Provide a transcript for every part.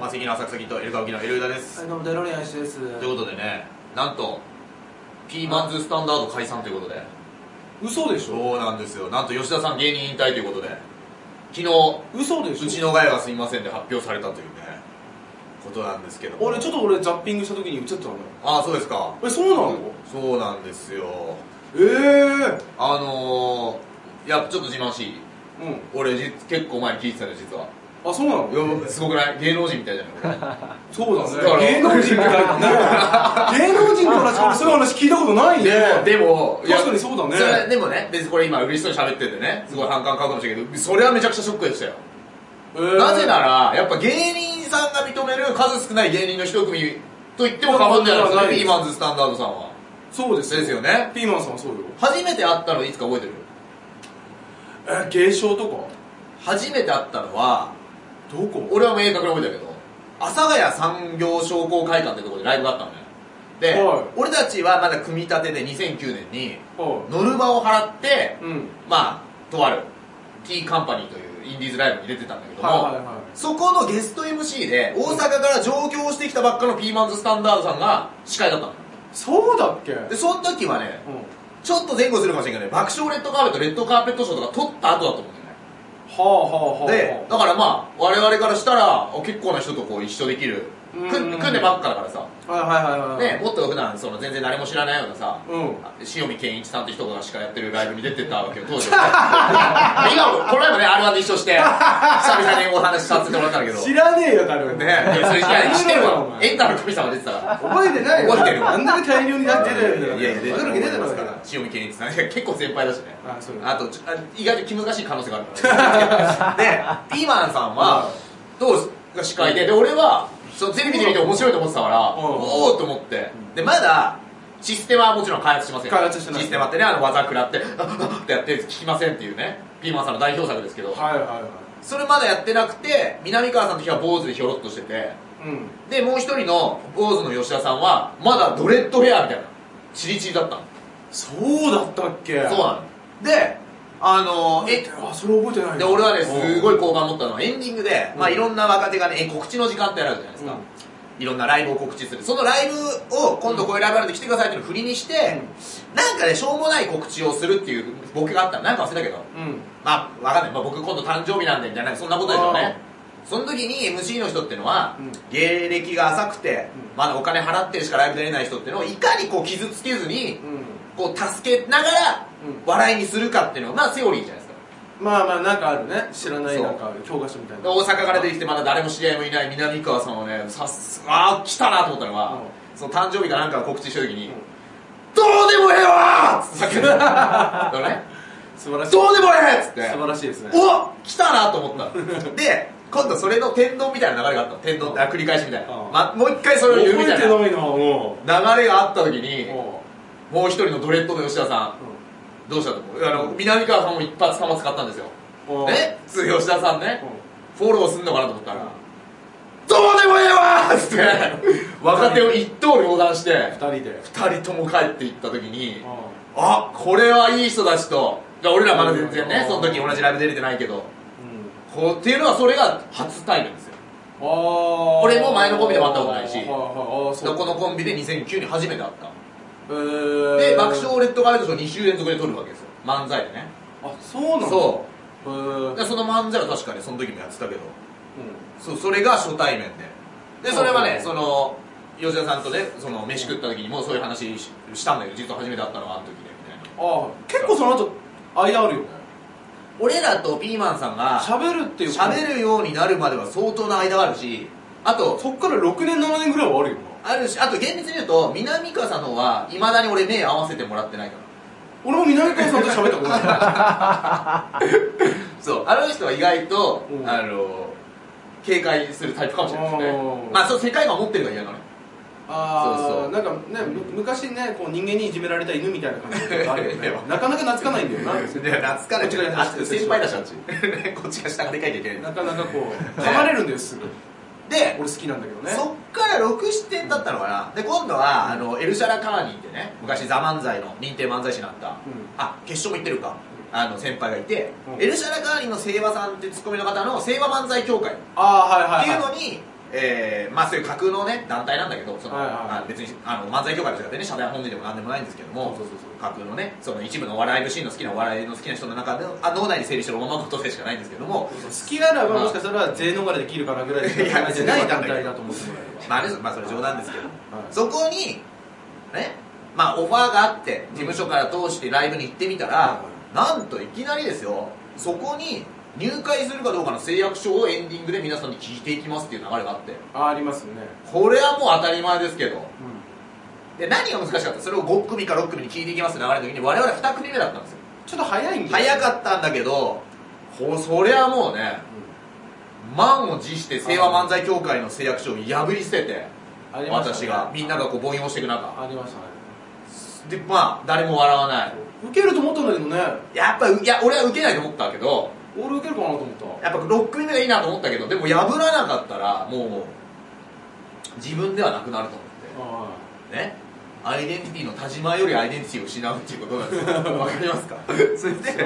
関の浅草キッドエルカ沖のエルウダです。 どうもデロリアン氏です。 ということでね、なんとピーマンズスタンダード解散ということで。 嘘でしょ。 そうなんですよ。なんと吉田さん芸人引退ということで、昨日嘘でしょ。 うちのガヤがすいませんで発表されたというねことなんですけど、 俺ザッピングした時に映ってたのよ。 ああ、そうですか。 そうなの？ そうなんですよ。やっぱちょっと自慢しい。俺結構前に聞いてたの実は。 あ、そうなの？ すごくない？芸能人みたいじゃない？ そうだね。芸能人みたいだね。芸能人の話、そういう話聞いたことないね。 でも確かにそうだね。 でもね、別にこれ今嬉しそうに喋っててね、すごい反感買うかもしれないけど、それはめちゃくちゃショックでしたよ。なぜならやっぱ芸人さんが認める数少ない芸人の一組と言っても過言ではないですね。ピーマンズスタンダードさんは。 そうですよね。 ピーマンさんはそうよ。 初めて会ったのいつか覚えてる？ 芸商とか？ 初めて会ったのはどこ？ 俺は明確に覚えてるけど、阿佐ヶ谷産業商工会館ってところでライブがあったのね。で、俺たちはまだ組み立てで2009年にノルマを払って、まあとある T カンパニーというインディーズライブに出てたんだけども、そこのゲスト MC で大阪から上京してきたばっかのピーマンズスタンダードさんが司会だったの。 そうだっけ？ でその時はね、ちょっと前後するかもしれないけど、爆笑レッドカーペットレッドカーペットショーとか撮った後だと思うんだよね。で、だからまあ我々からしたら結構な人とこう一緒できる、組んでばっかだからさ、ね、もっと普段全然誰も知らないようなさ、塩見健一さんって人がしかやってるライブに出てたわけよ当時は。今この前もね R1 で一緒して久々にお話しさせてもらったんだけど、 知らねえよ多分ね。それ知ってるわ。エンタの神様出てたから覚えてないよ。 覚えてるわ。 あんだけ大量になってるんだよ。 いやいや出てますから。塩見健一さん結構先輩だしね。あと意外と気難しい可能性があるからで、ピーマンさんはどうが司会で、俺はテレビで見て面白いと思ってたから、おおと思って。でまだシステマはもちろん開発してません。システマってね、技食らってってやって聞きませんっていうね、ピーマンさんの代表作ですけど、それまだやってなくて、南川さんの時は坊主でひょろっとしてて、でもう一人の坊主の吉田さんはまだドレッドヘアみたいなチリチリだったの。 そうだったっけ？ そうなの。でそれ覚えてない。 で俺はねすごい好感持ったのはエンディングで、まあいろんな若手がね告知の時間ってあるじゃないですか。いろんなライブを告知する。そのライブを今度こういうライブあるんで来てくださいっていうのを振りにして、なんかねしょうもない告知をするっていうボケがあったの。なんか忘れたけど、まあわかんない。まあ僕今度誕生日なんでみたいなそんなことでしょうね。その時に MC の人っていうのは、芸歴が浅くて、まだお金払ってるしかライブ出れない人っていうのをいかにこう傷つけずに、こう助けながら笑いにするかっていうのがまあセオリーじゃないですか。 まあなんかあるね。知らないなんか教科書みたいな。 大阪から出てきてまだ誰も知り合いもいない南川さんをね、来たなと思ったのが、その誕生日かなんか告知した時に、どうでもええわーっつって叫んだのね。 素晴らしい。 どうでもええっつって。 素晴らしいですね。 お来たなと思ったで、今度それの天丼みたいな流れがあったの。天丼って繰り返しみたいな。もう一回それを言うみたいな流れがあった時に、もう一人のドレッドの吉田さん、どうしたと思う？南川さんも一発弾使ったんですよ。ね、普通吉田さんね、フォローすんのかなと思ったら、どうでもええわーっつって若手を一刀両断して二人とも帰っていった時に、あ、これはいい人たちと、俺らまだ全然ねその時同じライブ出れてないけど、っていうのはそれが初対面ですよ。俺も前のコンビでも会ったことないし、このコンビで2009年初めて会った。で爆笑レッドカーペットショー2週連続で撮るわけですよ、漫才でね。 あ、そうなの？ そうその漫才は確かにその時もやってたけど、それが初対面で、それはね、その吉田さんとね飯食った時にもそういう話したんだけど、実は初めて会ったのはあの時でみたいな。 結構その後間あるよね。 俺らとピーマンさんが喋るようになるまでは相当な間があるし、あとそっから6年7年ぐらいはあるよな。 あるし、あと厳密に言うと南川さんの方はいまだに俺目合わせてもらってないから。 俺も南川さんと喋ったことないそう、あの人は意外と警戒するタイプかもしれないですね。まあ世界観持ってるのが嫌なのね。 なんかね、昔ねこう人間にいじめられた犬みたいな感じがあるよねなかなか懐かないんだよな。 懐かない。先輩だしあっちこっちが下がでかいといけない。 なかなかこう噛まれるんだよすぐ。で俺好きなんだけどね。 そっから6、7点だったのかな。で今度はエルシャラカーニーってね、昔ザ漫才の認定漫才師になった、決勝も行ってるか先輩がいて、エルシャラカーニーの清和さんってツッコミの方の清和漫才協会っていうのにまあそういう架空のね団体なんだけど、その別に漫才協会とかでね社団法人でもなんでもないんですけども、架空のねその一部のお笑い部シーンの好きなお笑いの好きな人の中で脳内に整理してるおままことでしかないんですけども、 好きならばもしかしたら税逃れできるかなぐらいでじゃない団体だと思ってもらえれば、 まあそれ冗談ですけど、そこにねまあオファーがあって事務所から通してライブに行ってみたら、なんといきなりですよ、そこに入会するかどうかの誓約書をエンディングで皆さんに聞いていきますっていう流れがあって、 ありますね。 これはもう当たり前ですけど、で何が難しかった、それを5組か6組に聞いていきますって流れの時に我々2組目だったんですよ。 ちょっと早いんですよ。 早かったんだけど、それはもうね、満を持して清和漫才協会の誓約書を破り捨てて、私がみんながこう母音をしていく中、 ありましたね。 でまあ誰も笑わない。 受けると思ったんだけどね。 やっぱいや俺は受けないと思ったけど、 俺受けるかなと思った。 やっぱ6組目がいいなと思ったけど、でも破らなかったらもう自分ではなくなると思ってね、アイデンティティの田島よりアイデンティティを失うっていうことなんですよ。わかりますか？それで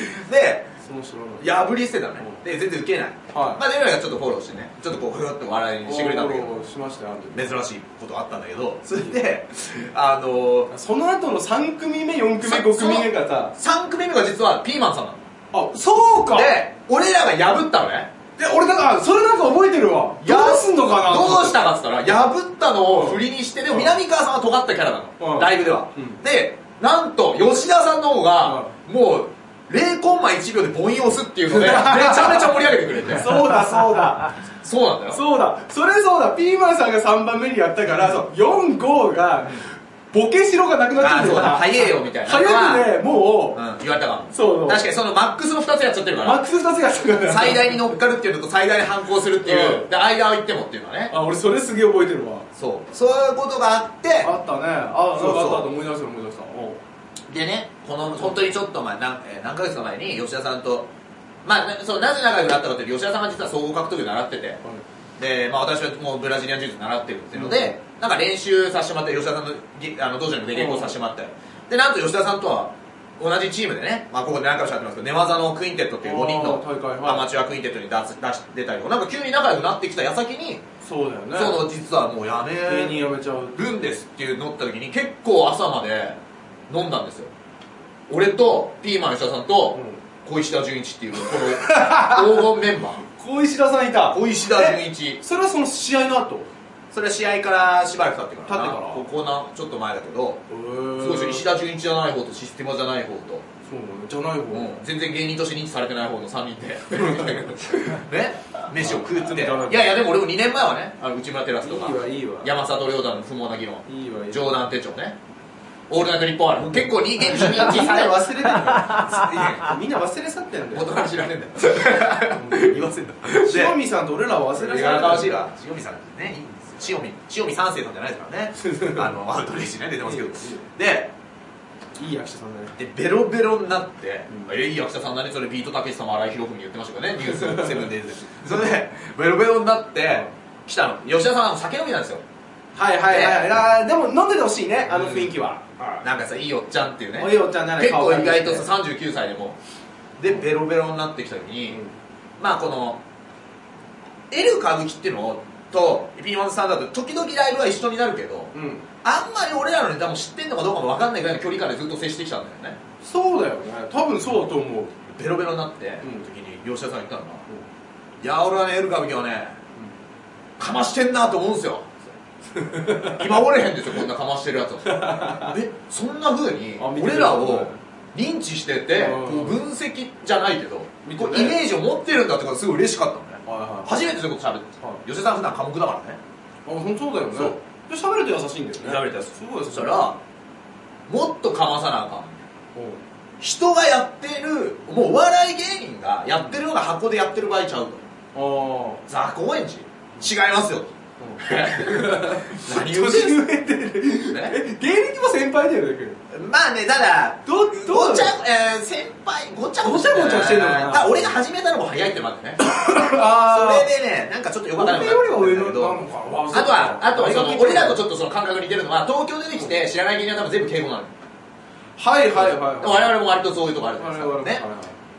破り捨てたね。で全然受けない。まあでもがちょっとフォローしてね、ちょっとこうふよって笑いにしてくれたんだけど、珍しいことあったんだけど、それでその後の3組目4組目5組目がさ3組目が実はピーマンさんなの。 あ、そうか。 で俺らが破ったのね。 で俺だからそれなんか覚えてるわ。どうすんのかな。 どうしたかっつったら破ったのを振りにして、でも南川さんは尖ったキャラなの、ライブでは。でなんと吉田さんの方がもう0コンマ1秒で母音を押すっていうのでめちゃめちゃ盛り上げてくれて。 そうだそうだそうなんだよ。 そうだ、それそうだ。ピーマンさんが3番目にやったから、4、5がボケしろがなくなっちゃってるから、 早えよみたいな、 早くねもう言われたかも。 そう確かにそのマックスの2つやっちゃってるから、 マックス2つやっちゃったから最大に乗っかるっていうのと最大に反抗するっていう、で間を言ってもっていうのはね。 俺それすげえ覚えてるわ。そういうことがあって、 あったね。そうあったと思い出したでね、この本当にちょっと前何ヶ月か前に吉田さんと、まあなぜ仲良くなったかというと、吉田さんが実は総合格闘技習ってて、でまあ私はもうブラジリアン柔術習ってるっていうので、なんか練習させてもらって、吉田さんの道場に出稽古させてもらって、でなんと吉田さんとは同じチームでね、まあここで何回もしゃってますけど、寝技のクインテットっていう5人のアマチュアクインテットに出たりとか、なんか急に仲良くなってきた矢先に、 そうだよね、 その実はもうやめるんですっていうのった時に、結構朝まで飲んだんですよ。俺とピーマン吉田さんと小石田純一っていうこの黄金メンバー。 小石田さんいた。 小石田純一。 それはその試合の後？ それは試合からしばらく経ってからここちょっと前だけど、すごいでしょ。石田純一じゃない方とシステマじゃない方と、 そうなのじゃない方、 全然芸人として認知されてない方の3人でね、飯を食ってて、いやでも俺も2年前はね、内村テラスとか山里亮太の不毛な議論、冗談手帳ね、オールナイトニッポンある、結構人間認知され忘れてるからみんな忘れ去ってんだよ。 元から知らねえんだよ言わせんだ。 塩見さんと俺らは忘れ去ってる。 やらかわしいわ。塩見さんね、塩見三世さんじゃないですからねアウトレイジね出てますけど、でいい役者さんだね。 でベロベロになって、いい役者さんだね、それビートたけしさんも荒井博文に言ってましたからね、ニュースセブンデイズでそれでベロベロになって来たの。吉田さんは酒飲みなんですよ。 でも飲んでてほしいね、あの雰囲気は。 なんかさ、いいおっちゃんっていうね、 いいおっちゃんだね。 結構意外とさ39歳でもでベロベロになってきた時に、まあこのエル歌舞伎っていうのとピーマンさんだと時々ライブは一緒になるけど、あんまり俺らのネタも知ってんのかどうかも分かんないぐらいの距離感でずっと接してきたんだよね。 そうだよね、多分そうだと思う。 ベロベロになって時に吉田さん言ったのが、いや俺はねエル歌舞伎はねかましてんなと思うんですよ今おれへんですよこんなかましてるやつはそんな風に俺らを認知してて分析じゃないけどこうイメージを持ってるんだってことがすごい嬉しかったのね。初めてそういうこと喋って、吉田さん普段寡黙だからね。 本当だよね。で喋ると優しいんだよね。 喋ると優しい。すごい。そしたらもっとかまさなあかん、人がやってる、もうお笑い芸人がやってるのが箱でやってる場合ちゃうと。ザ・高円寺違いますよと。何を年上で芸歴も先輩だよね。 まあね、ただどっちゃ先輩ごちゃごちゃしてるのかな。 俺が始めたのも早いってのもあってねそれでね、なんかちょっとよくわからないんだけど、あとはその俺らとちょっとその感覚似てるのは、東京出てきて知らない芸人は多分全部敬語なの。我々も割とそういうとこあるじゃないですかね。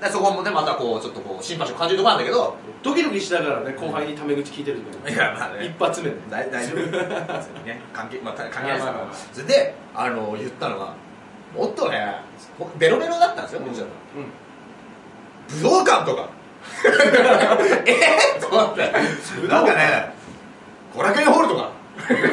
そこもねまたこうちょっとこうシンパシーを感じるところなんだけど、 ドキドキしながらね後輩にタメ口聞いてるんだよね。 いやまあね一発目で大丈夫ね関係ないですから。それで言ったのがもっとねベロベロだったんですよ、武道館とかと思ってなんかね後楽園ホールとか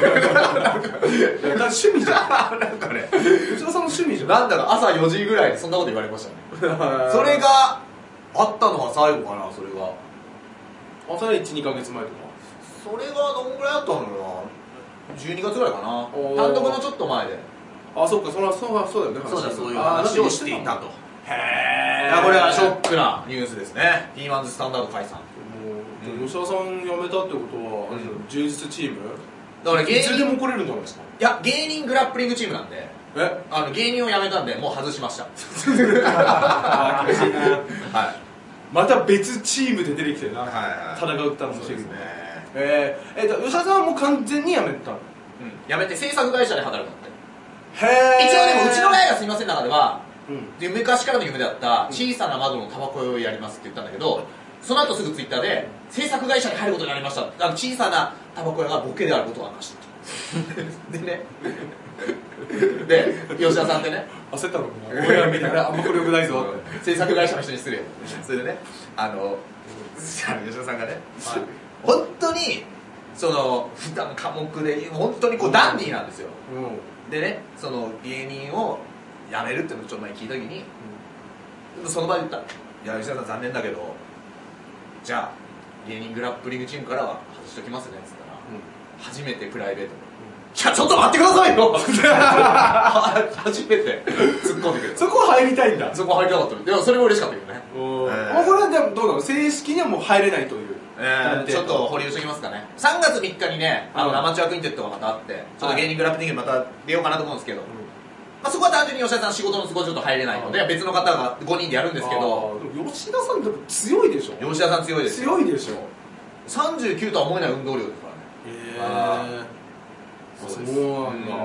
趣味じゃん。 なんかね内田さんの趣味じゃん。 なんだか朝4時ぐらいでそんなこと言われましたねそれがあったのが最後かな。それがそれは 1,2 ヶ月前とか。 それがどんぐらいあったのかな。12月ぐらいかな。単独のちょっと前で。 そっか、そうだよね。 そういう話をしていたと。 へこれはショックなニュースですね。ピーマンズスタンダード解散。 吉田さん辞めたってことは充実チームだからいつでも来れるんじゃないですか。 いや芸人グラップリングチームなんで芸人を辞めたんでもう外しました厳しいな。はい。また別チームで出てきてな、戦うって楽しいですね。吉田さんはもう完全に辞めたの？ 辞めて制作会社で働くんだって。一応でもうちのライがすみませんの中では昔からの夢であった小さな窓のタバコをやりますって言ったんだけど、その後すぐツイッターで制作会社に入ることになりました。小さなタバコ屋がボケであることを明かしたでねで吉田さんってね焦ったのかな。俺ら見たらあんまこれよくないぞ制作会社の人に失礼。それでね吉田さんがね本当にその普段寡黙で本当にこうダンディーなんですよ。でねその芸人を辞めるっていうのをちょっと前に聞いた時にその場で言った。いや吉田さん残念だけどじゃあ芸人グラップリングチームからは外しときますねっつったら、初めてプライベートでいやちょっと待ってくださいよ初めて突っ込んでくる。 そこは入りたいんだ。 そこは入りたかった。でもそれも嬉しかったけどね。 これはでもどうなの、正式にはもう入れないという。 ちょっと保留しておきますかね。3月3日にねアマチュアクインテットがまたあってちょっと芸人グラップリングにまた出ようかなと思うんですけど、そこは単純に吉田さん仕事の都合ちょっと入れないので別の方が5人でやるんですけど、 吉田さんって強いでしょ。 吉田さん強いですよ。 強いでしょ。 39とは思えない運動量ですからね。 そうなんだ。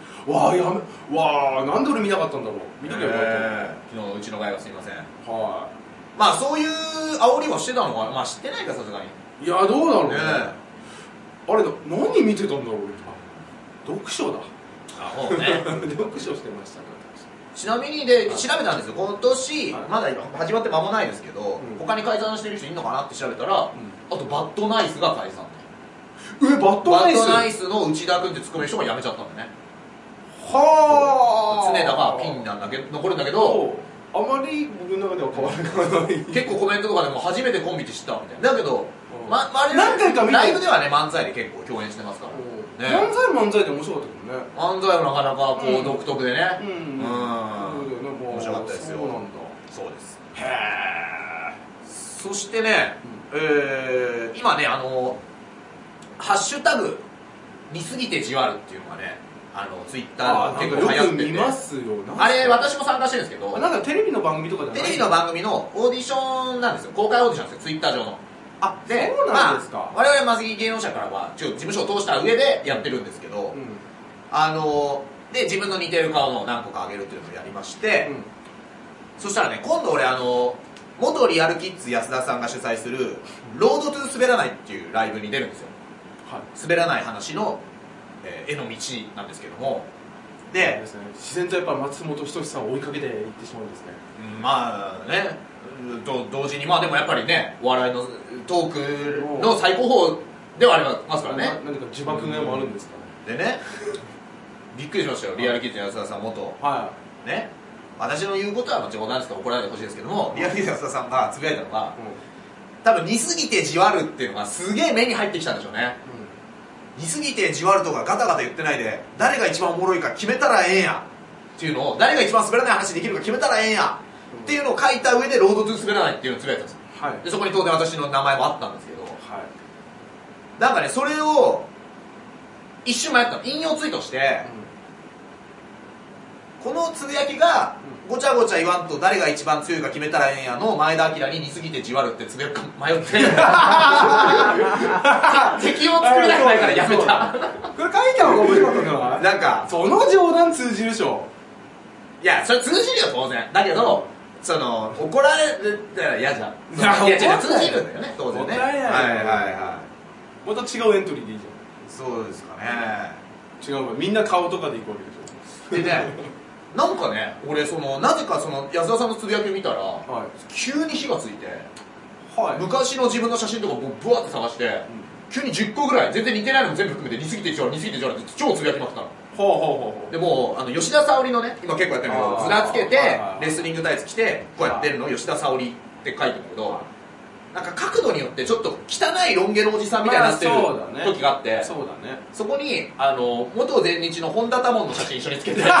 なんで俺見なかったんだろう。見とけばよかった。 昨日うちのガヤがすいません。まあそういう煽りはしてたのかな。まあ知ってないかさすがに。 いやどうだろうね。あれ何見てたんだろう。読書だ。読書してましたね。 ちなみにで調べたんですよ。今年まだ始まって間もないですけど他に解散してる人いるのかなって調べたらあとバッドナイスが解散。 バッドナイスの内田君ってツッコミの人が辞めちゃったんだね。常田がピンなんだけど残るんだけどあまり僕の中では変わらない。 結構コメントとかでも初めてコンビって知ったみたいな。だけど何回か見てライブではね漫才で結構共演してますからね。 漫才で面白かったけどね。 漫才はなかなかこう独特でね面白かったですよ。そうです。へえ。そしてね今ねハッシュタグ見すぎてじわるっていうのがねツイッターで結構流行ってて、 よく見ますよ。 あれ私も参加してるんですけど、 なんかテレビの番組とかじゃない？ テレビの番組のオーディションなんですよ。公開オーディションですよ、ツイッター上の。 でそうなんですか。 我々マズギ芸能者からは事務所を通した上でやってるんですけど、で自分の似てる顔の何個かあげるっていうのをやりまして、そしたらね今度俺元リアルキッズ安田さんが主催するロードトゥー滑らないっていうライブに出るんですよ。滑らない話の絵の道なんですけども、で自然とやっぱ松本人志さんを追いかけていってしまうんですね。 まあね同時にでもやっぱりねお笑いのトークの最高峰ではありますからね。 何か呪縛がもあるんですかね。 でねびっくりしましたよ。リアルキッズ安田さん元ね、私の言うことは冗談ですから怒らないでほしいですけども、リアルキッズ安田さんがつぶやいたのが多分似すぎてじわるっていうのがすげえ目に入ってきたんでしょうね。似すぎてじわるとかガタガタ言ってないで誰が一番おもろいか決めたらええんやっていうのを、誰が一番滑らない話できるか決めたらええんやっていうのを書いた上でロードトゥー滑らないっていうのをつぶやいたんですよ。でそこに当然私の名前もあったんですけど、なんかねそれを一瞬迷ったの。引用ツイートして、このつぶやきがごちゃごちゃ言わんと誰が一番強いか決めたらええんやの前田明に似すぎてじわるってつぶやくか迷って敵を作りたくないからやめた。 これ書いた方が面白かったんじゃない？ なんかその冗談通じるでしょ。 いやそれ通じるよ当然だけど、 その怒られたら嫌じゃん。いや違う、通じるんだよね当然ね。はいはいはい。 また違うエントリーでいいじゃん。そうですかね。 違うわ、みんな顔とかでいくわけでしょ。 でね、なんかね、俺そのなぜかその安田さんのつぶやきを見たら、急に火がついて、昔の自分の写真とかもブワーって探して、急に10個ぐらい全然似てないのも全部含めて似すぎてちょうだい似すぎてちょうだいって超つぶやきまくったの。でも吉田沙保里のね、今結構やってるけど、ズラつけてレスリングタイツ着てこうやってるのを吉田沙保里って書いてるんだけど、なんか角度によってちょっと汚いロン毛のおじさんみたいになってる時があって、そこに元全日の本田多門の写真一緒につけてもうずっ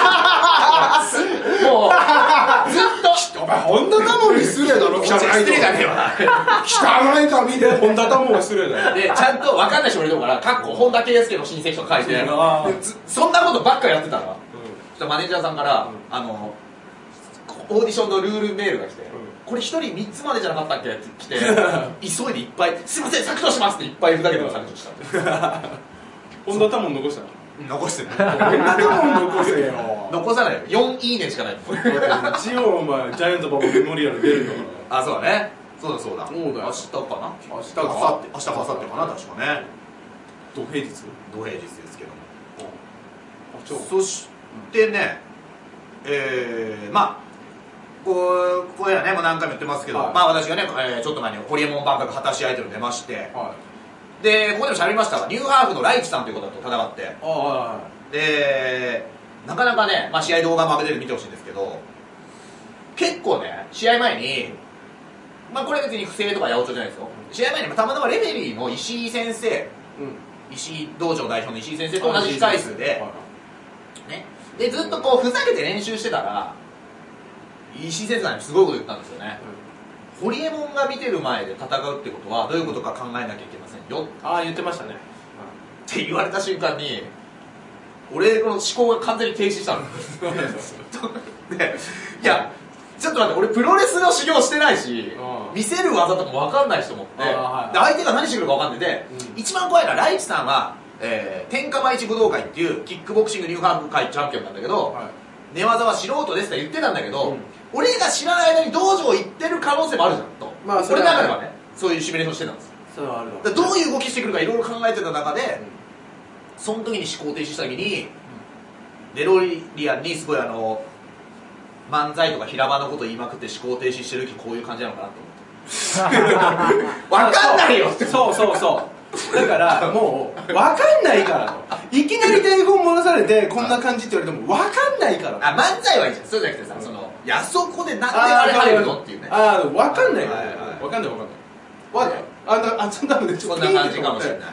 とお前本田多門に失礼だろ。 失礼だねよ汚い髪で本田多門は失礼だよ。 でちゃんと分かんない人もいるからかっこ本田圭佑の親戚とか書いてそんなことばっかやってたら、そしたらマネージャーさんからオーディションのルールメールが来て、これ1人3つまでじゃなかったっけって来て急いでいっぱい「すいません削除します」っていっぱいふざけて削除した本田多門残したの？ 残してる。 本田多門残せよ。 残さないよ。4いいねしかない。 一応お前ジャイアント馬場メモリアル出るんだから。 あ、そうだね。そうだそうだ。 明日かな。 明日か明日か明後日かな、確かね。 土平日ですけども。 そしてね、まあこれはねもう何回も言ってますけど、まあ私がねちょっと前にホリエモン万博果たしアイドル出まして、でここでも喋りましたが、ニューハーフのライチさんという方と戦って、でなかなかね、試合動画も上げてる見てほしいんですけど、結構ね試合前に、これ別に不正とか八百長じゃないですよ。試合前にたまたまレフェリーの石井先生、石井道場代表の石井先生と同じ控え室で、でずっとこうふざけて練習してたら、石井先生にすごいこと言ったんですよね。ホリエモンが見てる前で戦うってことはどういうことか考えなきゃいけませんよ。 言ってましたね。 って言われた瞬間に俺の思考が完全に停止したの。で、いやちょっと待って、俺プロレスの修行してないし、見せる技とかも分かんないしと思って、で相手が何してくるか分かんないで、一番怖いのはライチさんは、天下舞一武道会っていうキックボクシングニューハーフ界チャンピオンなんだけど、寝技は素人ですって言ってたんだけど、俺が知らない間に道場行ってる可能性もあるじゃんと、俺の中ではねそういうシミュレーションしてたんです。どういう動きしてくるかいろいろ考えてた中で、その時に思考停止した時に、デロリアンにすごい漫才とか平場のこと言いまくって思考停止してる時こういう感じなのかなと思って。分かんないよって。 そうだからもう分かんないからと、いきなり台本戻されてこんな感じって言われても分かんないから。 漫才はいいじゃん。そうじゃなくてさ、あそこでなんであれ入るのっていうね。 分かんないから。分かんないそんなのでちょっとこんな感じかもしれない。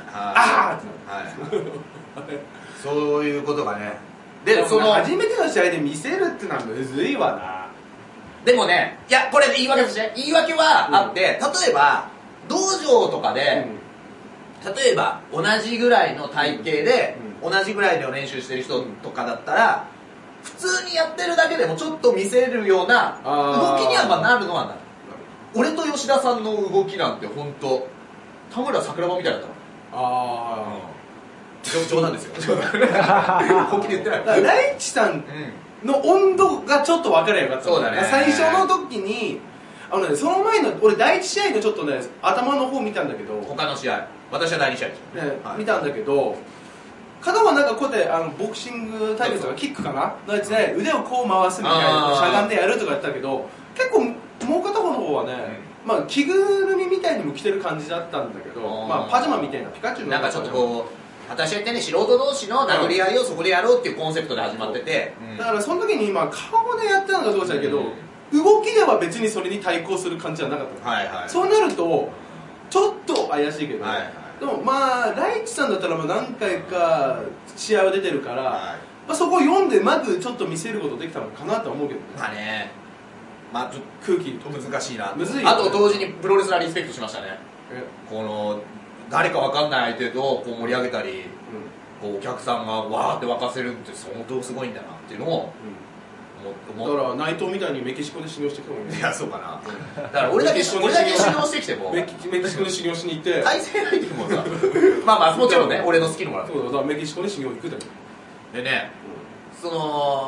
そういうことがね。 で初めての試合で見せるってのはむずいわな。 でもね、いやこれ言い訳として言い訳はあって、例えば道場とかで、例えば同じぐらいの体型で、同じぐらいの練習してる人とかだったら、普通にやってるだけでもちょっと見せるような動きにはなるのはなる。俺と吉田さんの動きなんて本当田村桜庭みたいだったの。冗談ですよ。本気で言ってない。 ライチさんの温度がちょっと分かればよかった。 そうだね。 最初の時にその前の俺第一試合のちょっとね頭の方見たんだけど、 他の試合、私は第2試合です見たんだけど、片方なんかこうやってボクシング対決とかキックかなのやつで腕をこう回すみたいな、しゃがんでやるとかやったけど、結構もう片方の方はね、着ぐるみみたいにも着てる感じだったんだけど、パジャマみたいなピカチュウのなんかちょっとこう私は言ってね、素人同士の殴り合いをそこでやろうっていうコンセプトで始まってて、 だからその時に顔でやってたのかどうかだけど、動きでは別にそれに対抗する感じじゃなかったの。そうなるとちょっと怪しいけど、でもライチさんだったら何回か試合は出てるから、そこを読んでまずちょっと見せることできたのかなと思うけどね。空気難しいな。あと同時にプロレスラーリスペクトしましたね。誰か分かんない相手とこう盛り上げたり、お客さんがわーって沸かせるって相当すごいんだなっていうのをだから内藤みたいにメキシコで修行してきてもいい。 いや、そうかな。だから俺だけ修行してきてもメキシコで修行しに行って対戦相手もさもちろんね俺の好きのもらって、 だからメキシコで修行行くだけでね、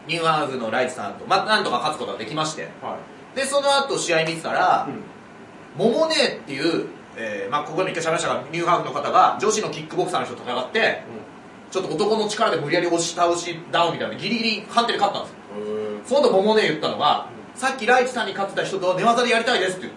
ニューハーフのライツさんと、なんとか勝つことができまして、でその後試合見てたら、モモネーっていう、ここでも一回しゃべりましたが、ニューハーフの方が女子のキックボクサーの人と戦って、ちょっと男の力で無理やり押し倒しダウンみたいなギリギリ判定で勝ったんですよ。その後モモネー言ったのが、さっきライツさんに勝ってた人と寝技でやりたいですって言った。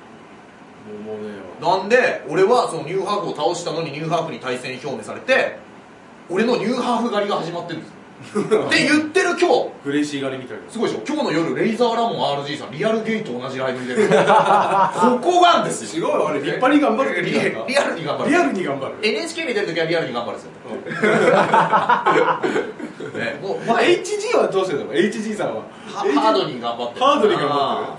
なんで俺はそのニューハーフを倒したのにニューハーフに対戦表明されて、俺のニューハーフ狩りが始まってるんですよって言ってる今日グレイシー狩りみたいな。 すごいでしょ。今日の夜レイザーラモン RG さんリアルゲイと同じライブに出るここなんですよ。 すごい。あれ立派に頑張る。 リアルに頑張る。 リアルに頑張る。 NHK に出るときはリアルに頑張るんですよ、ね、もう、 HG はどうしてるの。 HG さんはハードに頑張ってる。 ハードに頑張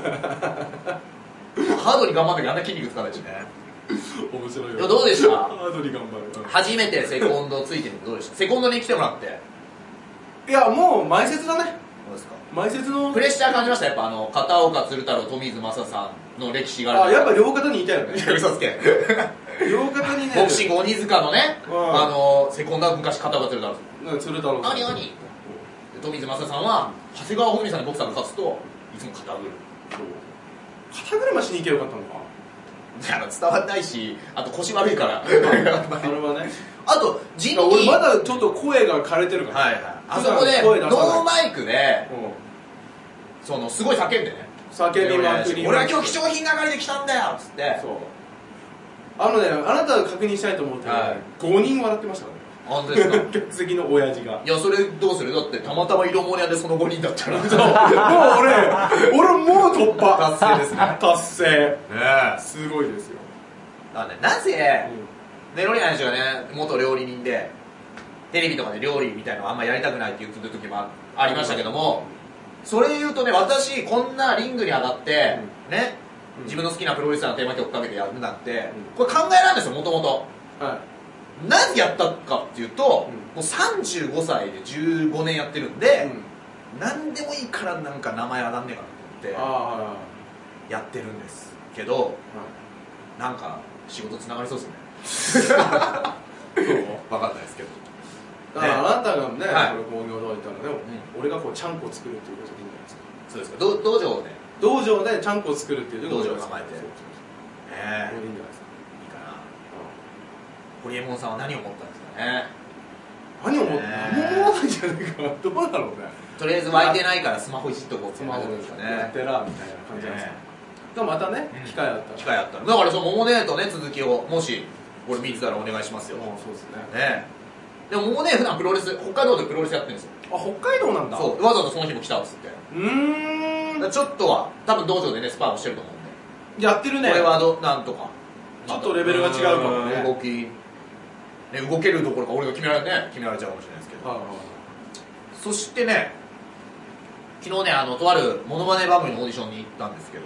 ってるハードに頑張ってる。あんな筋肉つかないしね。 面白いよ。 どうでした。 ハードに頑張る。 初めてセコンドついてみてどうでした。セコンドに来てもらって。 いやもう前説だね。 どうですか。 前説のプレッシャー感じました。やっぱ片岡鶴太郎、富水正さんの歴史がある。 やっぱ両方にいたよね。 嘘つけ。 両方にね。 ボクシング鬼塚のね、セコンドは昔片岡鶴太郎。 鶴太郎さん。 何富水正さんは長谷川穂積さんにボクサーが勝つといつも肩車。 肩車しに行けばよかったのか。 伝わんないし、あと腰悪いからあれはね。 あとジン俺まだちょっと声が枯れてるから、 あそこでノーマイクで、すごい叫んでね、 叫びまくり。 俺は今日貴重品係で来たんだよっつって。そうあなたが確認したいと思って5人笑ってましたからね。 本当ですか。 客席の親父が。 いやそれどうする。だってたまたま色物屋でその5人だったらもう俺もう突破達成ですね。 達成すごいですよ。 なぜネロリアン氏がね元料理人でテレビとかで料理みたいなのあんまやりたくないって言ってる時もありましたけども、それ言うとね、私こんなリングに上がってね自分の好きなプロレスラーのテーマ曲かけてやるなんてこれ考えられないんですよ。もともと何やったかっていうと、もう35歳で15年やってるんで、何でもいいからなんか名前上がんねえかなと思ってやってるんですけど、なんか仕事つながりそうですね。分かんないですけど。 だからあなたがね、工業といったらね、俺がこうちゃんこ作るっていうことでいいんじゃないですか。 そうですか。道場でちゃんこ作るっていう道場を構えて、いいんじゃないですか。 いいかな。ホリエモンさんは何を思ったんですかね。 何を思った何も思わないんじゃないかな。どうだろうね。 とりあえず湧いてないからスマホいじっとこうってスマホですかね。やってらみたいな感じなんですか。でもまたね、機会あったら。 だからそのモモネーとね続きをもしこれ見てたらお願いしますよ。 そうですね。 でもモモネー普段プロレス北海道でプロレスやってるんですよ。 北海道なんだ。 そうわざわざその日も来たっつって。ちょっとは多分道場でねスパーをしてると思うんで。やってるね。 これはなんとかちょっとレベルが違うかもね。 動けるところか俺が決められちゃうかもしれないですけど。そしてね昨日ねとあるモノマネ番組のオーディションに行ったんですけど、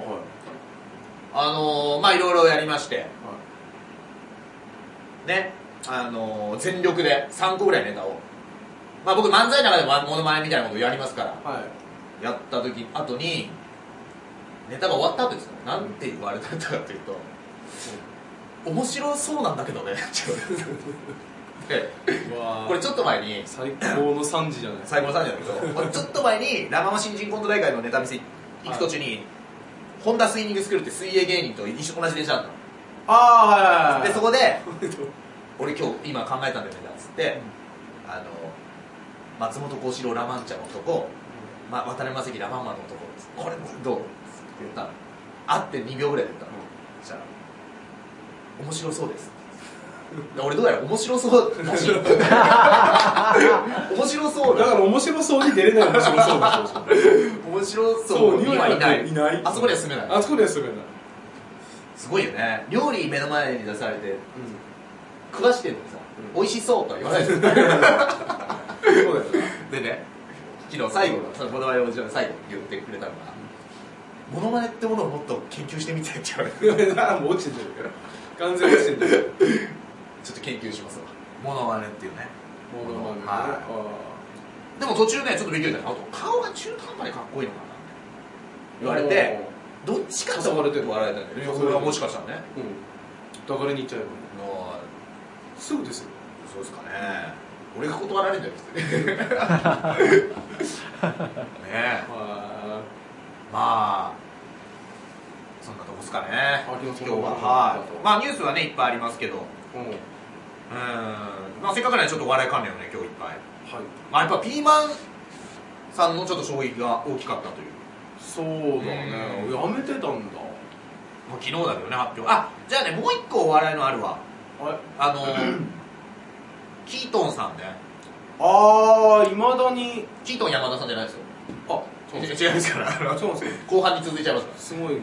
いろいろやりまして、ね全力で3個ぐらいネタを、僕漫才の中でもモノマネみたいなことをやりますから、やった後にネタが終わった後ですからなんて言われたかというと、面白そうなんだけどねこれちょっと前に最高の3時じゃない最高の3時なんだけどちょっと前にラ・ママ新人コント大会のネタ見せ行く途中に、ホンダスイミングスクールって水泳芸人と同じ電車だったの。でそこで俺今日今考えたんだよねっつって、松本幸四郎ラ・マンチャの男、渡辺正行ラ・マンマの男、これどうって言ったの。会って2秒ぐらいで言ったの。そしたら面白そうです俺どうやら面白そうらしい面白そうだから面白そうに出れない面白そうでしょ面白そうにはいない。あそこには住めない。 すごいよね。料理目の前に出されて食わしてるのにさ、美味しそうとは言わないですよ。そうだよね。でね、昨日最後のモノマネを最後言ってくれたのが、モノマネってものをもっと研究してみてって言われてもう落ちてるから完全に落ちてるちょっと研究しますわ、モノマネっていうね。 モノマネ、 でも途中ねちょっとびっくりした。あと顔が中途半端にかっこいいのかな言われて、どっちかと笑われたんだよね。それはもしかしたらね、 抱かれに行っちゃえばすぐですよ。 そうですかね。 俺が断られるんだよねえまあそんなとこですかね今日は。はい、まあニュースはねいっぱいありますけど、まあせっかくねちょっとお笑い関連をね今日いっぱい、まあやっぱピーマンさんのちょっと衝撃が大きかったという。 そうだね、やめてたんだ。 もう昨日だけどね発表。あ、じゃあねもう一個お笑いのあるわ。キートンさんね。 ああ、いまだにキートン山田さんじゃないですよ。 あ、 違いますから後半に続いちゃいますから。 すごいね、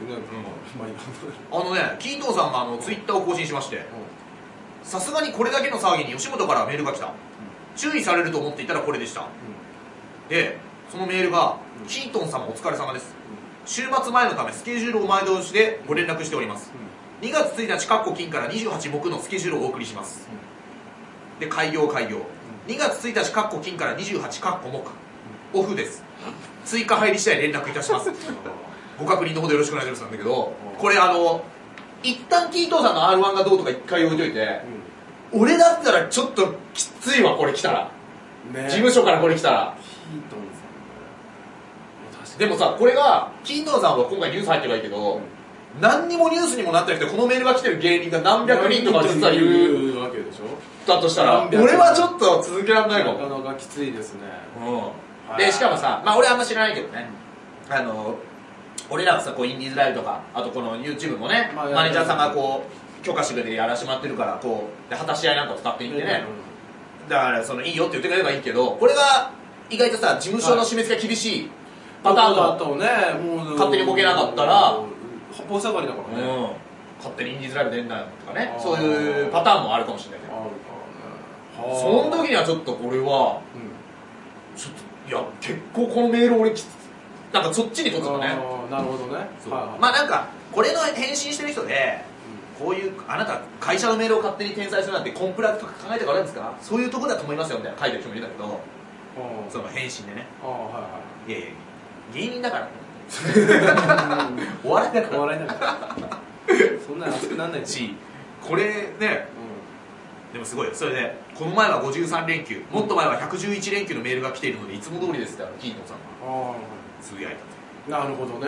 キートンさんがツイッターを更新しまして、さすがにこれだけの騒ぎに吉本からメールが来た、注意されると思っていたらこれでした、でそのメールが、キートン様お疲れ様です、週末前のためスケジュールを前倒しでご連絡しております、2月1日金から28木のスケジュールをお送りします、で開業2月1日金から28木オフです、追加入り次第連絡いたしますご確認のほどよろしくお願いしますなんだけど、これ一旦キートンさんの R1 がどうとか一回置いといて、俺だったらちょっときついわこれ来たら、事務所からこれ来たら。 キートンさんでもさ、これがキートンさんは今回ニュース入ってないけど、何にもニュースにもなってなくてこのメールが来てる芸人が何百人とか実はいるわけでしょ。 だとしたら俺はちょっと続けられないかも。 なかなかきついですね。 でしかもさ、まあ俺あんま知らないけどね、俺らがさこうインディーズライブとかあとこの YouTube もね、マネージャーさんがこう許可してくれてやらしてもらってるからこうで果たし合いなんかを使っていってね、だからそのいいよって言ってくれればいいけど、これが意外とさ事務所の締め付けが厳しいパターンだとね、勝手にボケなかったら八方下がりだからね、 勝手にインディーズライブ出んなよとかね、そういうパターンもあるかもしれないけど、その時にはちょっとこれはちょっといや結構このメール俺なんかそっちに取ってたね。 なるほどね。 まあなんかこれの返信してる人でこういうあなた会社のメールを勝手に転載するなんてコンプラとか考えてからですか、そういうところだと思いますよみたいな書いてる人もいるんだけど、その返信でね、いやいや芸人だからお笑いだからそんな熱くなんないし、これね、でもすごいよ。それでこの前は53連休、もっと前は111連休のメールが来ているのでいつも通りですってキートンさんがつぶやいたと。 なるほどね。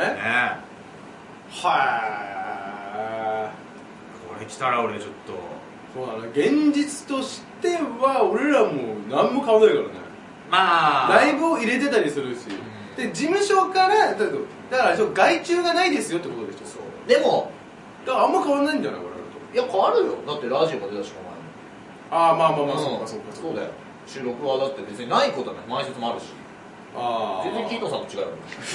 はい。 これ来たら俺ちょっとそうだね、現実としては俺らも何も変わらないからね。 まあライブを入れてたりするし、で事務所からだから外注がないですよってことでしょ。 そうでもだからあんま変わらないんじゃない我々と。 いや変わるよ、だってラジオも出たしこの前も。 ああまあそうかそうだよ。収録はだって別にないことはない、前説もあるし。全然キートンさんと違うよ。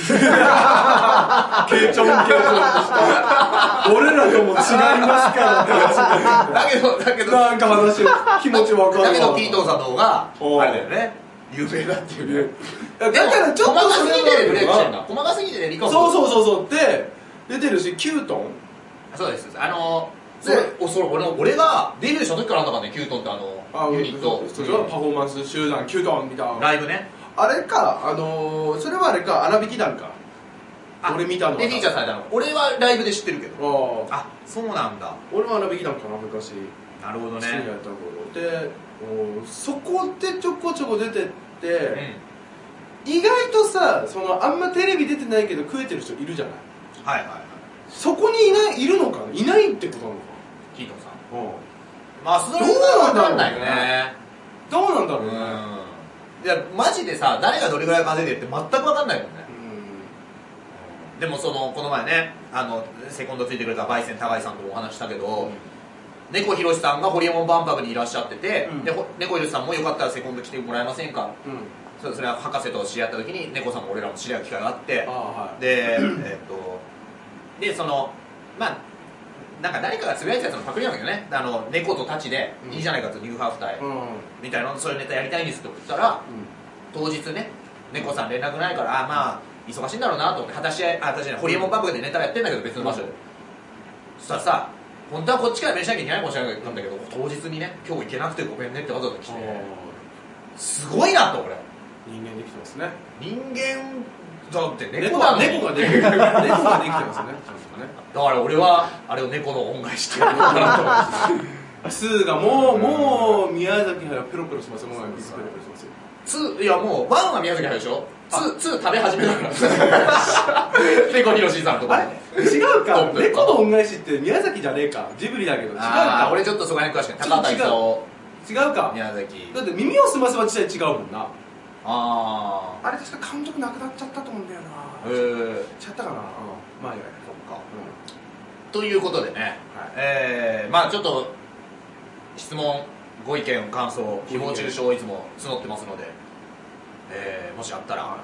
ケチョンとした俺らとも違いますからって話だけどなんか話気持ちわかるわ。 だけどキートンさんの方があれだよね、有名だっていうね。 だからちょっと細かすぎてブレイクしてるんだ。細かすぎてリカそうで出てるし、キュートン。 そうです。俺がデビューした時からあったからね、キュートンってユニットパフォーマンス集団キュートンみたいなライブね。 あれか、それはあれか、荒引き団か。俺見たのでフィーチャーされたの。俺はライブで知ってるけど。あ、そうなんだ。 俺は荒引き団かな、昔。 なるほどね。 やった頃で、そこでちょこちょこ出てって、意外とさ、あんまテレビ出てないけど食えてる人いるじゃない。 はいはいはい。 そこにいるのかいないってことなのか、 キートンさん。まあそれは分かんないよね。 どうなんだろうね。 いやマジでさ、誰がどれぐらい稼いでるって全く分かんないもんね。でもこの前ね、セコンドついてくれたバイセン高井さんともお話したけど、猫ひろしさんがホリエモン万博にいらっしゃってて、で猫ひろしさんもよかったらセコンド来てもらえませんか、それは博士と知り合った時に猫さんも俺らも知り合う機会があって、でまあなんか誰かがつぶやいたやつのパクリなんだけどね、猫とタチでいいじゃないかと、ニューハーフ隊みたいな、そういうネタやりたいんですって言ったら、当日ね、猫さん連絡ないから、まあ忙しいんだろうなと思って、私ホリエモン万博でネタやってんだけど別の場所で、そしたらさ、本当はこっちから飯しなきゃいけないかもしれないんだけど、当日にね、今日行けなくてごめんねってわざわざ来て、すごいなと。俺人間できてますね。 人間だって猫ができてますね。だから俺はあれを猫の恩返しってやるのかなと思って 2がもう宮崎駿ペロペロしますよ。もうペロペロしますよ。 2、いやもう1は宮崎駿でしょ。2食べ始めだから猫ひろしさんとか。 あれ違うか、猫の恩返しって宮崎じゃねえか、ジブリだけど違うか。 俺ちょっとそこら辺詳しくない。高畑勲違うか、 宮崎だって耳をすませば自体違うもんな。 あれ確か監督亡くなっちゃったと思うんだよな。ちゃったかな。まあいいや、そっか。 ということでね、まあちょっと質問、ご意見、感想、誹謗中傷をいつも募ってますので、もしあったら。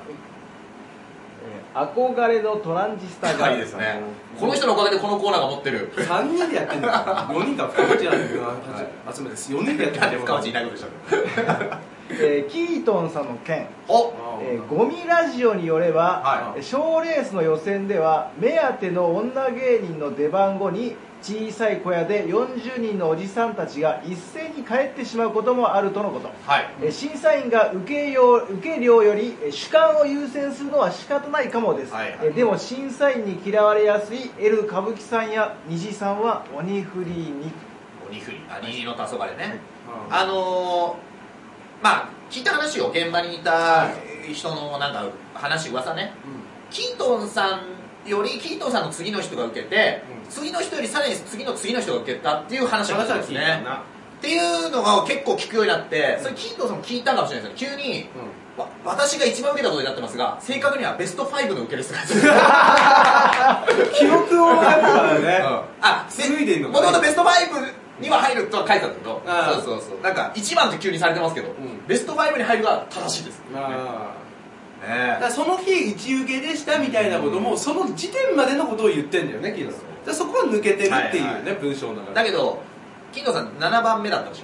憧れのトランジスタがいいですね。この人のおかげでこのコーナーが持ってる。 3人でやってんだよ。4人か深町集めです。4人でやってんだよ。 深町いないことでしたキートンさんの件、ゴミラジオによれば、賞レースの予選では目当ての女芸人の出番後に小さい小屋で40人のおじさんたちが一斉に帰ってしまうこともあるとのこと、審査員が受け量より主観を優先するのは仕方ないかもです、でも審査員に嫌われやすい L 歌舞伎さんや虹さんは鬼振りに虹の黄昏ね、まあ聞いた話よ、現場にいた人のなんか話、噂ね、キートンさんよりキートンさんの次の人が受けて、次の人よりさらに次の人が受けたっていう話があったんですね。っていうのが結構聞くようになって、それキートンさんも聞いたかもしれないですよ。急に、私が一番受けたことになってますが、正確にはベスト5の受けですが記録をあるからね。 もともとベスト5には入るとは書いてあったけど、そうなんか1番って急にされてますけど、ベスト5に入るが正しいです。 だその日一受けでしたみたいなことも、その時点までのことを言ってんだよね、キートさん。そこは抜けてるっていうね、文章の中で。 だけどキートさん7番目だったらしい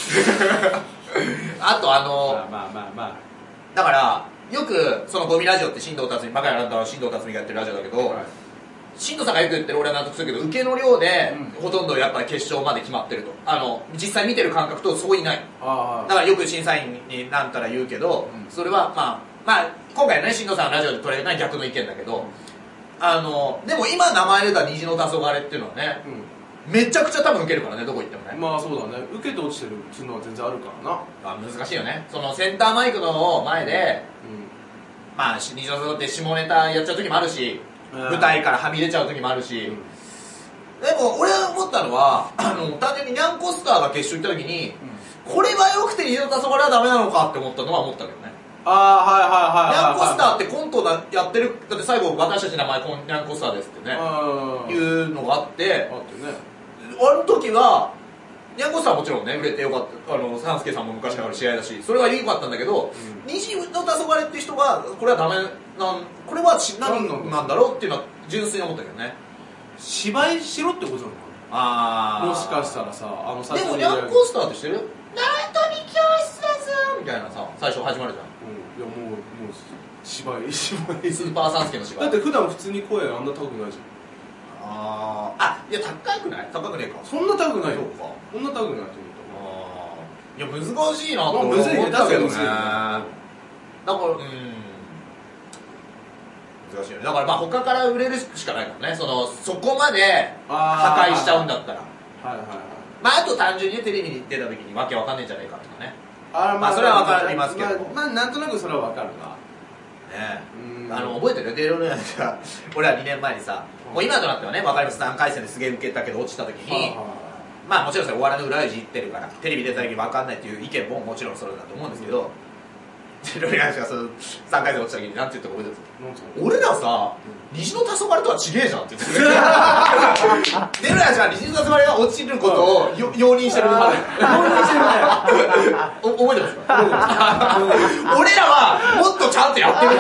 あとだからよくそのゴミラジオって新藤辰巳、バカやなんだ新藤辰巳がやってるラジオだけど、新藤さんがよく言ってる、俺は納得するけど、受けの量でほとんどやっぱり決勝まで決まってると、実際見てる感覚とそういない。だからよく審査員になんたら言うけど、それはまあ今回のね新藤さんのラジオで取れない逆の意見だけど、でも今名前出た虹の黄昏っていうのはね、めちゃくちゃ多分受けるからね、どこ行ってもね。 まあそうだね、受けて落ちてるっていうのは全然あるからな。 難しいよね、そのセンターマイクの前で、まあ虹の黄昏って下ネタやっちゃう時もあるし、舞台からはみ出ちゃう時もあるし、でも俺は思ったのは単純にニャンコスターが決勝行った時に、これは良くて虹の黄昏はダメなのかって思ったのは思ったけどね。ニャンコスターってコントやってる、だって最後私たちの名前ニャンコスターですってねいうのがあって、あの時はニャンコスターはもちろんね売れてよかった、三助さんも昔から試合だし、それは良かったんだけど、虹の黄昏って人がこれはダメこれは何なんだろうっていうのは純粋に思ったけどね。 芝居しろってことなの？もしかしたらさ、 でもニャンコスターって知ってる？縄跳び教室ですみたいなさ、最初始まるじゃん。 いやもう芝居スーパーサンスケの芝居だって普段普通に声あんな高くないじゃん。いや高くない？高くねえか。 そんな高くないよ。そんな高くないと思った。 いや難しいなと思ったけどね。だから難しいよね。だからまあ他から売れるしかないからね、そこまで破壊しちゃうんだったら。まああと単純にテレビに出た時にわけわかんねえんじゃねえかとかね。まあそれは分かりますけど、 まあなんとなくそれは分かるな。 覚えてる？デロルヤが俺は2年前にさ、もう今となってはね分かります、3回戦ですげえ受けたけど落ちた時に、まあもちろんそれお笑いの裏いじってるからテレビ出た時に分かんないっていう意見ももちろんそれだと思うんですけど、デロルヤがその3回戦落ちた時に何て言ったか覚えてるんですか？俺らさ虹の黄昏とは違えじゃんって言ってデロルヤが虹の黄昏が落ちることを容認してるまで覚えてますか？俺らはもっとちゃんとやってる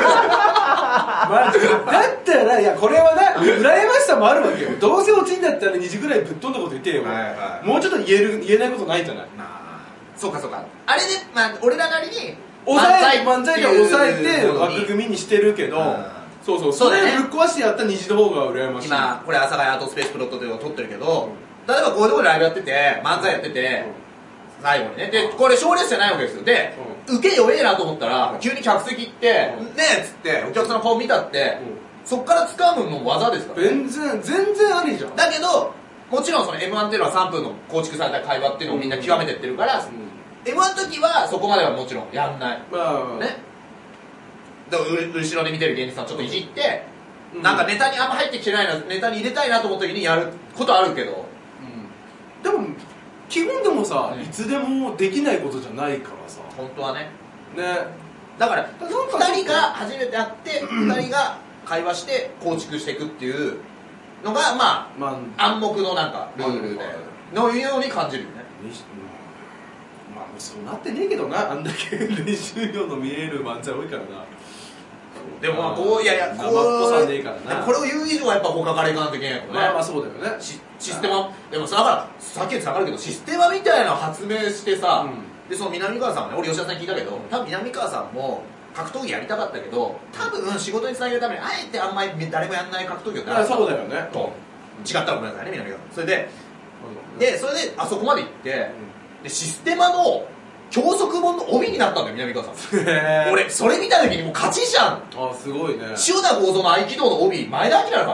だったら、いやこれはな羨ましさもあるわけよ。どうせ落ちんだったら2時ぐらいぶっ飛んだこと言ってよ。もうちょっと言えないことないんじゃない？ そうかあれで俺らなりに漫才で抑えて枠組みにしてるけど、それぶっ壊してやった虹の方が羨ましい。 今これ阿佐ヶ谷アートスペースプロットというのを撮ってるけど、例えばこういうところでライブやってて漫才やってて最後にね、でこれ賞レースじゃないわけですよ。で受け弱えなと思ったら急に客席行ってねえっつってお客さんの顔見たって、そっから掴むのも技ですから。 全然ありじゃん。 だけどもちろんその M1 っていうのは3分の構築された会話っていうのをみんな極めてってるから、M1 の時はそこまではもちろんやんない、ね、だから後ろで見てる芸人さんちょっといじって、なんかネタにあんま入ってきてないな、ネタに入れたいなと思った時にやることあるけど、 でも基本でもさ、いつでもできないことじゃないからさ、 本当はね。だから2人が初めて会って2人が会話して構築していくっていうのがまあ暗黙のなんかルールでのように感じるよね。 まあそうなってねえけどな、あんだけ練習量の見える漫才多いからな。 でもまあこう、いやいや、これを言う以上はやっぱこう書かれいかないといけないよね。 まあそうだよね。 システマ、でもさ、だからさっき言ってたからけど、システマみたいなのを発明してさ、でその南川さんはね、俺吉田さんに聞いたけど、多分南川さんも格闘技やりたかったけど、多分仕事につなげるためにあえてあんまり誰もやんない格闘技を習った。 そうだよね。 違ったらごめんなさいね、南川さん。それであそこまで行って、でシステマの教則本の帯になったんだよ、南川さん。俺それ見た時にもう勝ちじゃん。 あ、すごいね。 塩田剛三の合気道の帯、前田明だ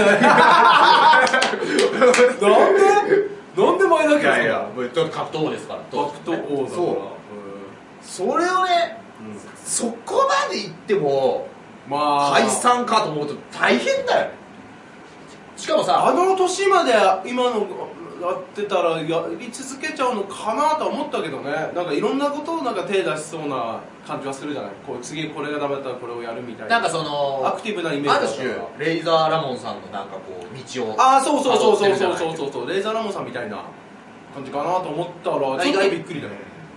からなんで前田明だから。いやちょっと格闘ですから。 格闘王だから。 それをね、そこまで行っても解散かと思うと大変だよね。しかもさ、 あの年まで今のやってたらやり続けちゃうのかなとは思ったけどね。なんかいろんなことをなんか手出しそうな感じはするじゃない。こう次これがダメだったらこれをやるみたいな。 なんかそのアクティブなイメージだった。 ある種レイザーラモンさんのなんかこう道を、 そうレイザーラモンさんみたいな感じかなと思ったらちょっとびっくりだよ。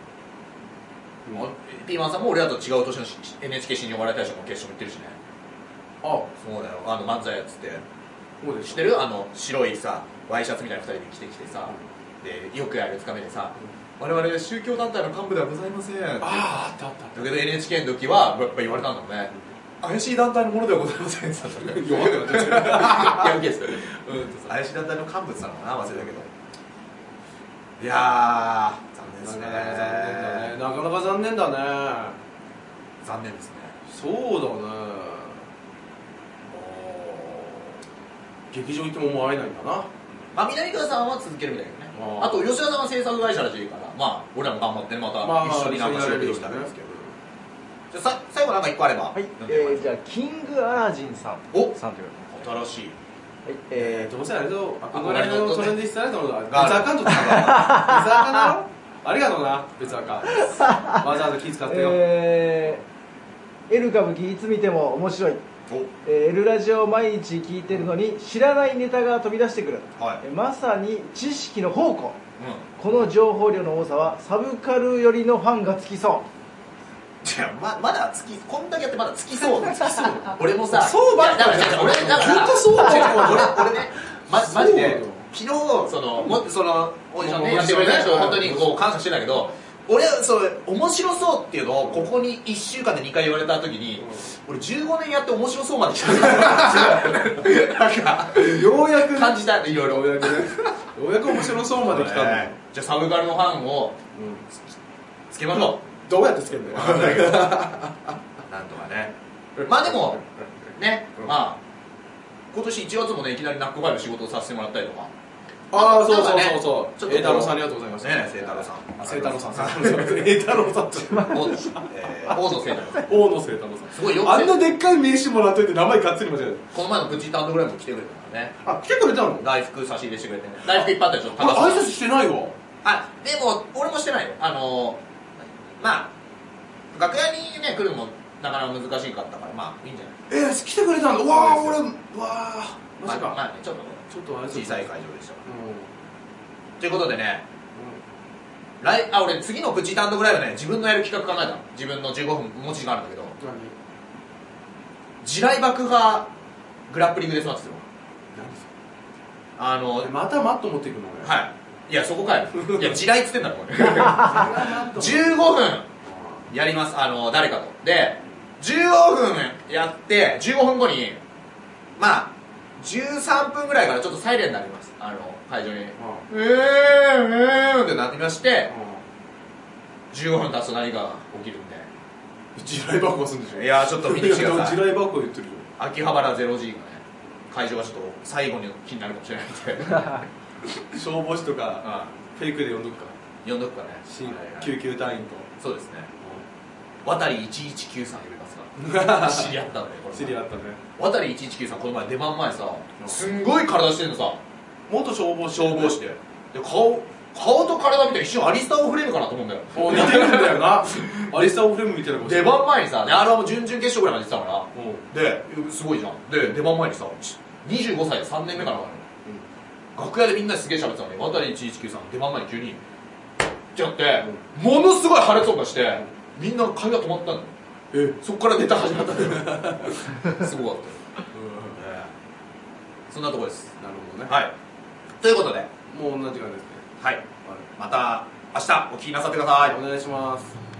ピーマンさんも俺らと違う年の NHK 新日本笑い大賞の決勝も行ってるしね。あ、そうだよ。漫才やつって知ってる？白いさワイシャツみたいな2人で着てきてさ、でよくやるつかめでさ、我々宗教団体の幹部ではございません。 あっただけど NHK の時はやっぱ言われたんだもんね。怪しい団体のものではございませんって言ったら弱くなっちゃう。いや、受けですよね。怪しい団体の幹部って言ったのかな、忘れたけど。いやー、残念ですね。 なかなか残念だね。 残念ですね。 そうだね。劇場行ってももう会えないんだな。 まあ南川さんは続けるみたいだけどね。あと吉田さんは制作会社らしいから、まあ俺らも頑張ってまた一緒になんか仕事できたらいいですけど。じゃあ最後なんか一個あれば。はい。 じゃあキングアラジンさん。さんという新しい。 どうせあれだよ。憧れのトレンディースタイルの別アカウントだから。別アカだろ。ありがとうな、別アカ。わざわざ気使ってよ。 エル歌舞伎いつ見ても面白い。エルラジオを毎日聞いてるのに知らないネタが飛び出してくる、まさに知識の宝庫、この情報量の多さはサブカル寄りのファンがつきそう。 じゃあまだこんだけやってまだつきそう俺もさ、 そうばっかり俺ずっとそうばっかり俺ね、マジで昨日そのオーディションねやってくれた人本当にこう感謝してたけど、俺面白そうっていうのをここに1週間で2回言われた時に、俺15年やって面白そうまで来たなんかようやく感じた。いろいろようやく面白そうまで来たんだ。 じゃあサブカルのファンをつけましょう。 どうやってつけるんだよ。 なんとかね。まあでもね、まあ今年1月もねいきなりナックファイブ仕事をさせてもらったりとか。 ああ、そう。栄太郎さんありがとうございます。 ね、聖太郎さん。 聖太郎さん。栄太郎さんって。 大野聖太郎さん。 大野聖太郎さん。 すごいよ。 あんなでっかい名刺もらっといて名前がっつり間違える。 この前のプチタンドグラムも来てくれたからね。 あ、来てくれたの？ 大福差し入れしてくれてね。大福いっぱいあったでしょ。 挨拶してないわ。 でも俺もしてないよ。まあ楽屋にね来るのもなかなか難しかったから、まあいいんじゃない。 来てくれたんだ。わあ、俺マジか。 まあね、ちょっと小さい会場でしたということでね、俺次のプチタンドぐらいはね自分のやる企画考えたの。自分の15分持ち時間あるんだけど、地雷爆破グラップリングデスマッチですよ。 またマット持っていくのね。 はい。いやそこかよ。いや地雷っつってんだろこれ。15分やります。誰かとで15分やって15分後にまあ13分ぐらいからちょっとサイレンになります。会場にってなってまして、15分経つと何が起きるんで地雷爆破するんでしょ。 いやちょっと見てきてください。 地雷爆破言ってるよ。 秋葉原 0G がね会場がちょっと最後に気になるかもしれないんで消防士とかフェイクで呼んどくかね、救急隊員と。 そうですね、渡り119さん呼びますか知り合ったんで。 知り合ったね。 渡り119さんこの前出番前さ、すんごい体してるのさ、 元消防士で顔と体見て一瞬アリスター・オフレームかなと思うんだよ。 似てるんだよなアリスター・オフレームみたいな。 出番前にさ、あれはもう準々決勝ぐらいまで出てたからですごいじゃん。で出番前にさ、25歳で3年目かな、楽屋でみんなですげえ喋ってたのに、渡り119さん出番前に急にってやって、ものすごい破裂音がして、みんな会話止まったんだよ。そっからネタ始まったんだよすごかった。そんなとこです。 なるほどね。 はい、ということでもう同じ時間ですね。 はい、また明日お聞きなさってください。 お願いします。